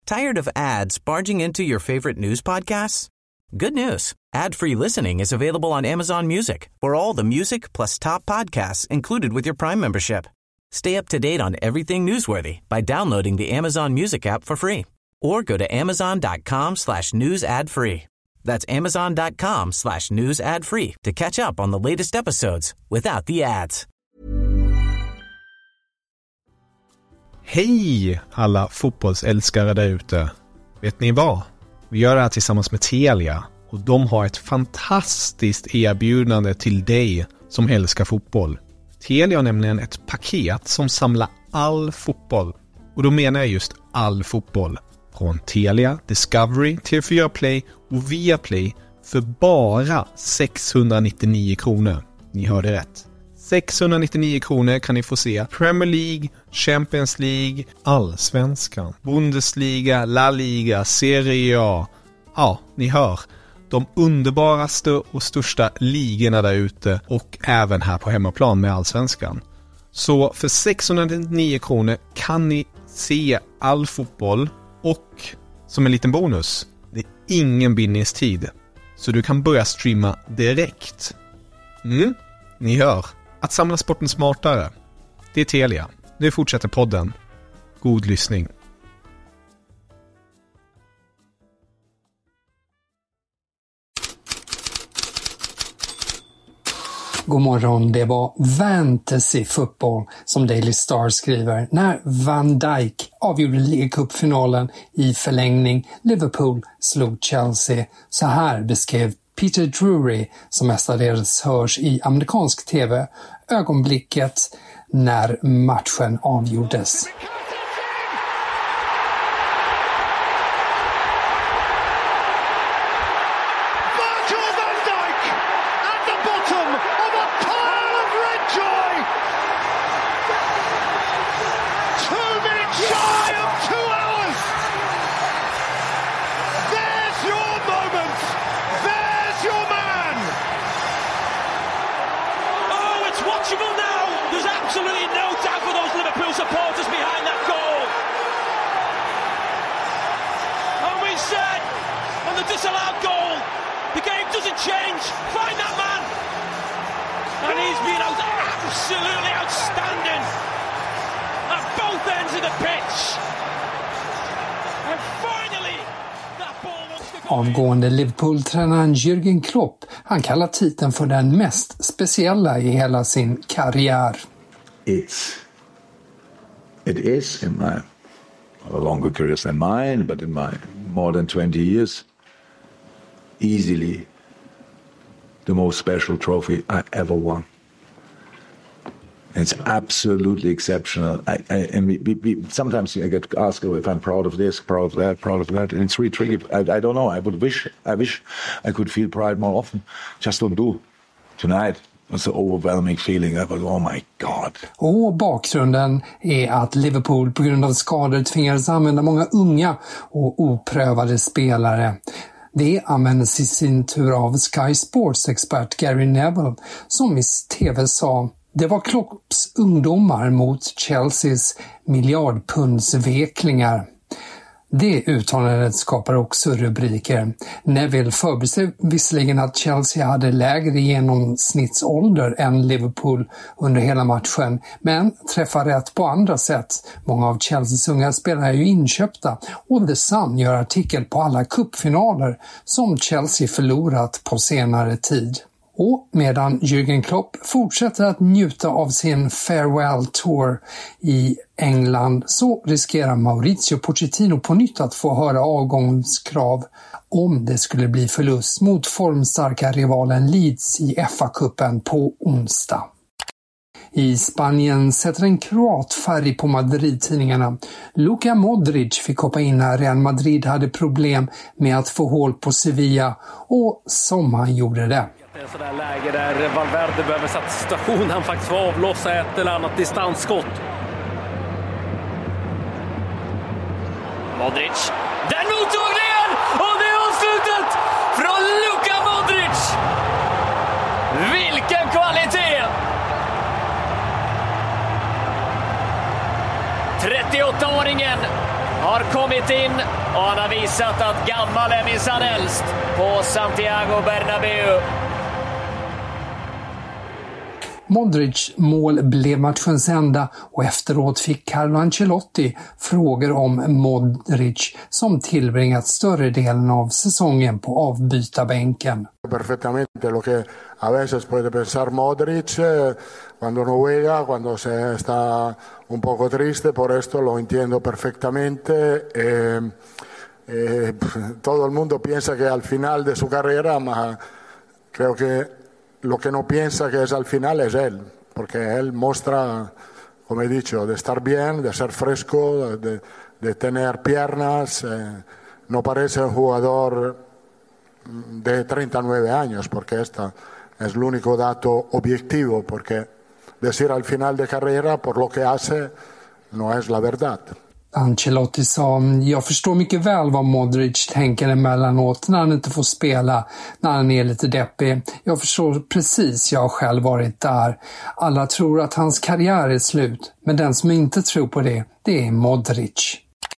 Tired of ads barging into your favorite news podcasts? Good news. Ad-free listening is available on Amazon Music for all the music plus top podcasts included with your Prime membership. Stay up to date on everything newsworthy by downloading the Amazon Music app for free or go to amazon.com/news ad free. That's amazon.com/news ad free to catch up on the latest episodes without the ads. Hej alla fotbollsälskare där ute. Vet ni vad? Vi gör det här tillsammans med Telia och de har ett fantastiskt erbjudande till dig som älskar fotboll. Telia har nämligen ett paket som samlar all fotboll. Och då menar jag just all fotboll. Från Telia, Discovery, TV4 Play och Viaplay för bara 699 kronor. Ni hörde rätt. 699 kronor kan ni få se Premier League, Champions League, Allsvenskan, Bundesliga, La Liga, Serie A. Ja, ni hör. De underbaraste och största ligorna där ute och även här på hemmaplan med Allsvenskan. Så för 699 kronor kan ni se all fotboll och som en liten bonus, det är ingen bindningstid. Så du kan börja streama direkt. Ni hör. Att samla sporten smartare. Det är Telia. Nu fortsätter podden. God lyssning. God morgon, det var fantasy football som Daily Star skriver när Van Dijk avgjorde ligacupfinalen i förlängning. Liverpool slog Chelsea. Så här beskrev Peter Drury, som mestadels hörs i amerikansk tv, ögonblicket när matchen avgjordes. Avgående Liverpool-tränaren Jürgen Klopp, han kallar titeln för den mest speciella i hela sin karriär. It is in my longer career than mine, but in my more than 20 years, easily the most special trophy I ever won. It's absolutely exceptional. We sometimes I get asked if I'm proud of this, proud of that, and it's really tricky. I don't know. I wish I could feel pride more often. Just don't do. Tonight was an overwhelming feeling. I was, oh my God. Och bakgrunden är att Liverpool på grund av skador tvingades använda många unga och oprövade spelare. Det användes i sin tur av Sky Sports-expert Gary Neville, som i tv sa: det var Klopps ungdomar mot Chelseas miljardpundsveklingar. Det uttalandet skapar också rubriker. Neville förbiser visserligen att Chelsea hade lägre genomsnittsålder än Liverpool under hela matchen, men träffar rätt på andra sätt. Många av Chelseas unga spelare är ju inköpta och The Sun gör artikel på alla cupfinaler som Chelsea förlorat på senare tid. Och medan Jürgen Klopp fortsätter att njuta av sin farewell tour i England så riskerar Mauricio Pochettino på nytt att få höra avgångskrav om det skulle bli förlust mot formstarka rivalen Leeds i FA-cupen på onsdag. I Spanien sätter en kroat färg på Madrid-tidningarna. Luka Modric fick hoppa in när Real Madrid hade problem med att få hål på Sevilla, och som han gjorde det. Det är en sån där läge där Valverde behöver sätta station. Han faktiskt får avlossa ett eller annat distansskott. Modric. Den mottagningen! Och det är avslutat från Luka Modric! Vilken kvalitet! 38-åringen har kommit in och han har visat att gammal är minsann äldst på Santiago Bernabéu. Modric mål blev matchens enda och efteråt fick Carlo Ancelotti frågor om Modric som tillbringat större delen av säsongen på avbytarbänken. Perfectamente lo que a veces puede pensar Modric cuando no juega, cuando se está un poco triste, por esto lo entiendo perfectamente. Todo el mundo piensa que al final de su carrera, mas creo que lo que no piensa que es al final es él, porque él muestra, como he dicho, de estar bien, de ser fresco, de tener piernas. No parece un jugador de 39 años, porque este es el único dato objetivo, porque decir al final de carrera por lo que hace no es la verdad. Ancelotti sa, jag förstår mycket väl vad Modric tänker emellanåt när han inte får spela, när han är lite deppig. Jag förstår precis, jag har själv varit där. Alla tror att hans karriär är slut, men den som inte tror på det är Modric.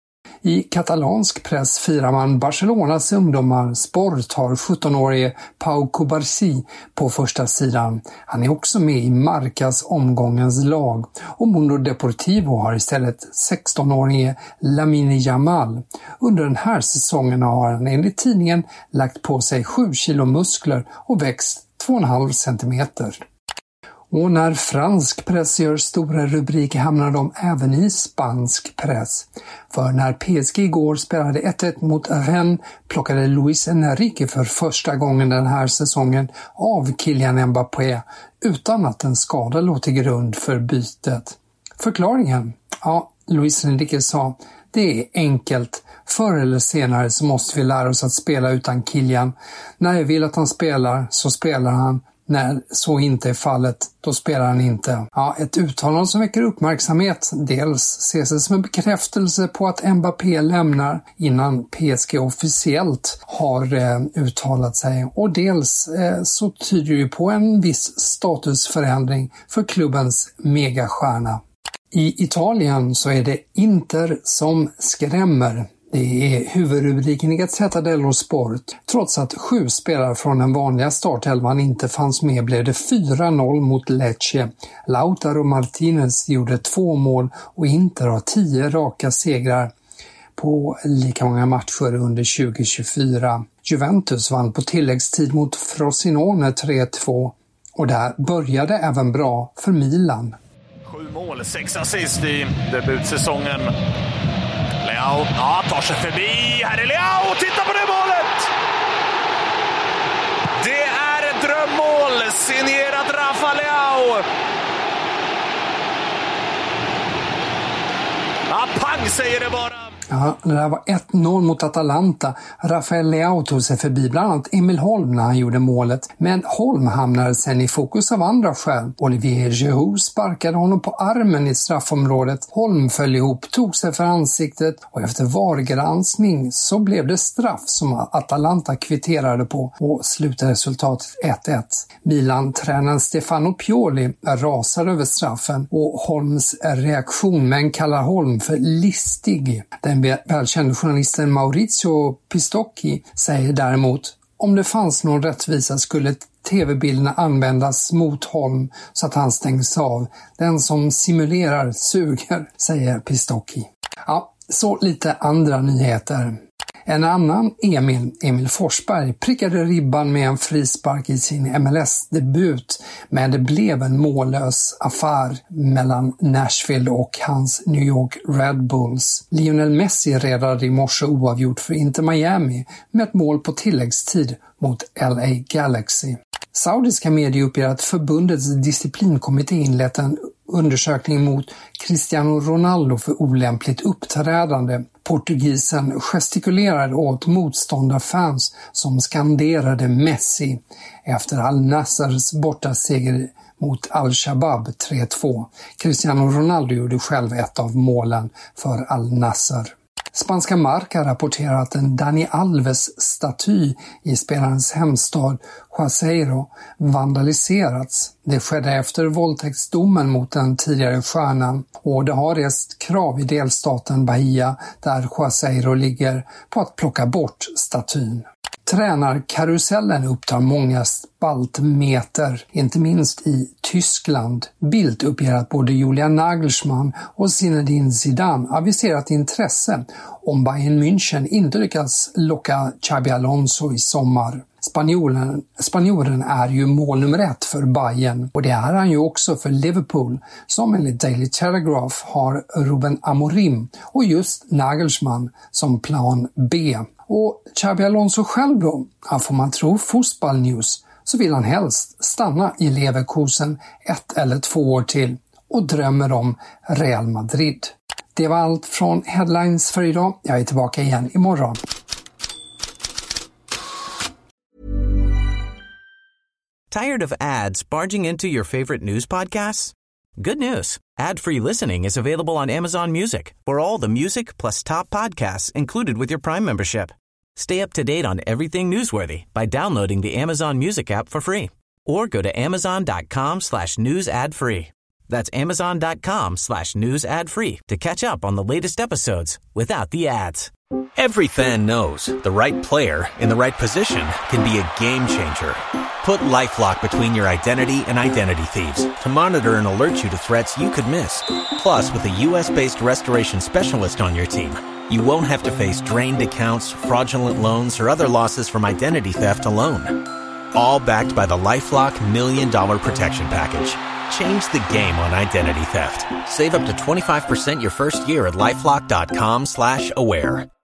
I katalansk press firar man Barcelonas ungdomar. Sport har 17-årige Pau Cubarsí på första sidan. Han är också med i Marcas omgångens lag. Och Mundo Deportivo har istället 16-årige Lamine Yamal. Under den här säsongen har han enligt tidningen lagt på sig 7 kilo muskler och växt 2,5 centimeter. Och när fransk press gör stora rubriker hamnar de även i spansk press. För när PSG igår spelade 1-1 mot Rennes plockade Luis Enrique för första gången den här säsongen av Kylian Mbappé utan att en skada låg till grund för bytet. Förklaringen? Ja, Luis Enrique sa, det är enkelt. Förr eller senare så måste vi lära oss att spela utan Kylian. När jag vill att han spelar så spelar han. När så inte är fallet, då spelar han inte. Ja, ett uttalande som väcker uppmärksamhet. Dels ses det som en bekräftelse på att Mbappé lämnar innan PSG officiellt har uttalat sig. Och dels så tyder det på en viss statusförändring för klubbens megastjärna. I Italien så är det Inter som skrämmer. Det är huvudrubriken i Gazzetta dello Sport. Trots att 7 spelare från den vanliga startelvan inte fanns med blev det 4-0 mot Lecce. Lautaro Martinez gjorde 2 mål och Inter har 10 raka segrar på lika många matcher under 2024. Juventus vann på tilläggstid mot Frosinone 3-2 och där började även bra för Milan. 7 mål, 6 assist i debutsäsongen. Leao, ja, tar sig förbi. Här är Leao, titta på det målet! Det är ett drömmål, signerat Rafa Leao. Ja, pang säger det bara. Ja, det där var 1-0 mot Atalanta. Rafael Leao tog sig förbi bland annat Emil Holm när han gjorde målet. Men Holm hamnade sen i fokus av andra skäl. Olivier Giroud sparkade honom på armen i straffområdet. Holm föll ihop, tog sig för ansiktet och efter VAR-granskning så blev det straff som Atalanta kvitterade på och slutade resultatet 1-1. Milan-tränaren Stefano Pioli rasade över straffen och Holms reaktion, men kallar Holm för listig. Den välkände journalisten Maurizio Pistocchi säger däremot, om det fanns någon rättvisa skulle tv-bilderna användas mot Holm så att han stängs av. Den som simulerar suger, säger Pistocchi. Ja, så lite andra nyheter. En annan Emil Forsberg prickade ribban med en frispark i sin MLS-debut, men det blev en mållös affär mellan Nashville och hans New York Red Bulls. Lionel Messi räddade i morse oavgjort för Inter Miami med ett mål på tilläggstid mot LA Galaxy. Saudiska medier uppger att förbundets disciplinkommitté inlett en undersökning mot Cristiano Ronaldo för olämpligt uppträdande. Portugisen gestikulerade åt motståndarfans som skanderade Messi efter Al-Nassrs bortaseger mot Al-Shabaab 3-2. Cristiano Ronaldo gjorde själv ett av målen för Al-Nassr. Spanska Marca rapporterar att en Dani Alves-staty i spelarens hemstad Juazeiro vandaliserats. Det skedde efter våldtäktsdomen mot den tidigare stjärnan och det har rest krav i delstaten Bahia där Juazeiro ligger på att plocka bort statyn. Tränarkarusellen upptar många spaltmeter, inte minst i Tyskland. Bild uppger att både Julian Nagelsmann och Zinedine Zidane aviserat intresse om Bayern München inte lyckas locka Xabi Alonso i sommar. Spanjoren är ju mål nummer 1 för Bayern och det är han ju också för Liverpool som enligt Daily Telegraph har Ruben Amorim och just Nagelsmann som plan B. Och Xabi Alonso själv då, får man tro Fotball News, så vill han helst stanna i Leverkusen 1 eller 2 år till och drömmer om Real Madrid. Det var allt från Headlines för idag. Jag är tillbaka igen imorgon. Tired of ads barging into your favorite news podcasts? Good news. Ad-free listening is available on Amazon Music for all the music plus top podcasts included with your Prime membership. Stay up to date on everything newsworthy by downloading the Amazon Music app for free or go to amazon.com/news ad free. That's amazon.com/news ad free to catch up on the latest episodes without the ads. Every fan knows the right player in the right position can be a game changer. Put LifeLock between your identity and identity thieves to monitor and alert you to threats you could miss. Plus, with a U.S.-based restoration specialist on your team, you won't have to face drained accounts, fraudulent loans, or other losses from identity theft alone. All backed by the LifeLock $1 Million Protection Package. Change the game on identity theft. Save up to 25% your first year at LifeLock.com/aware.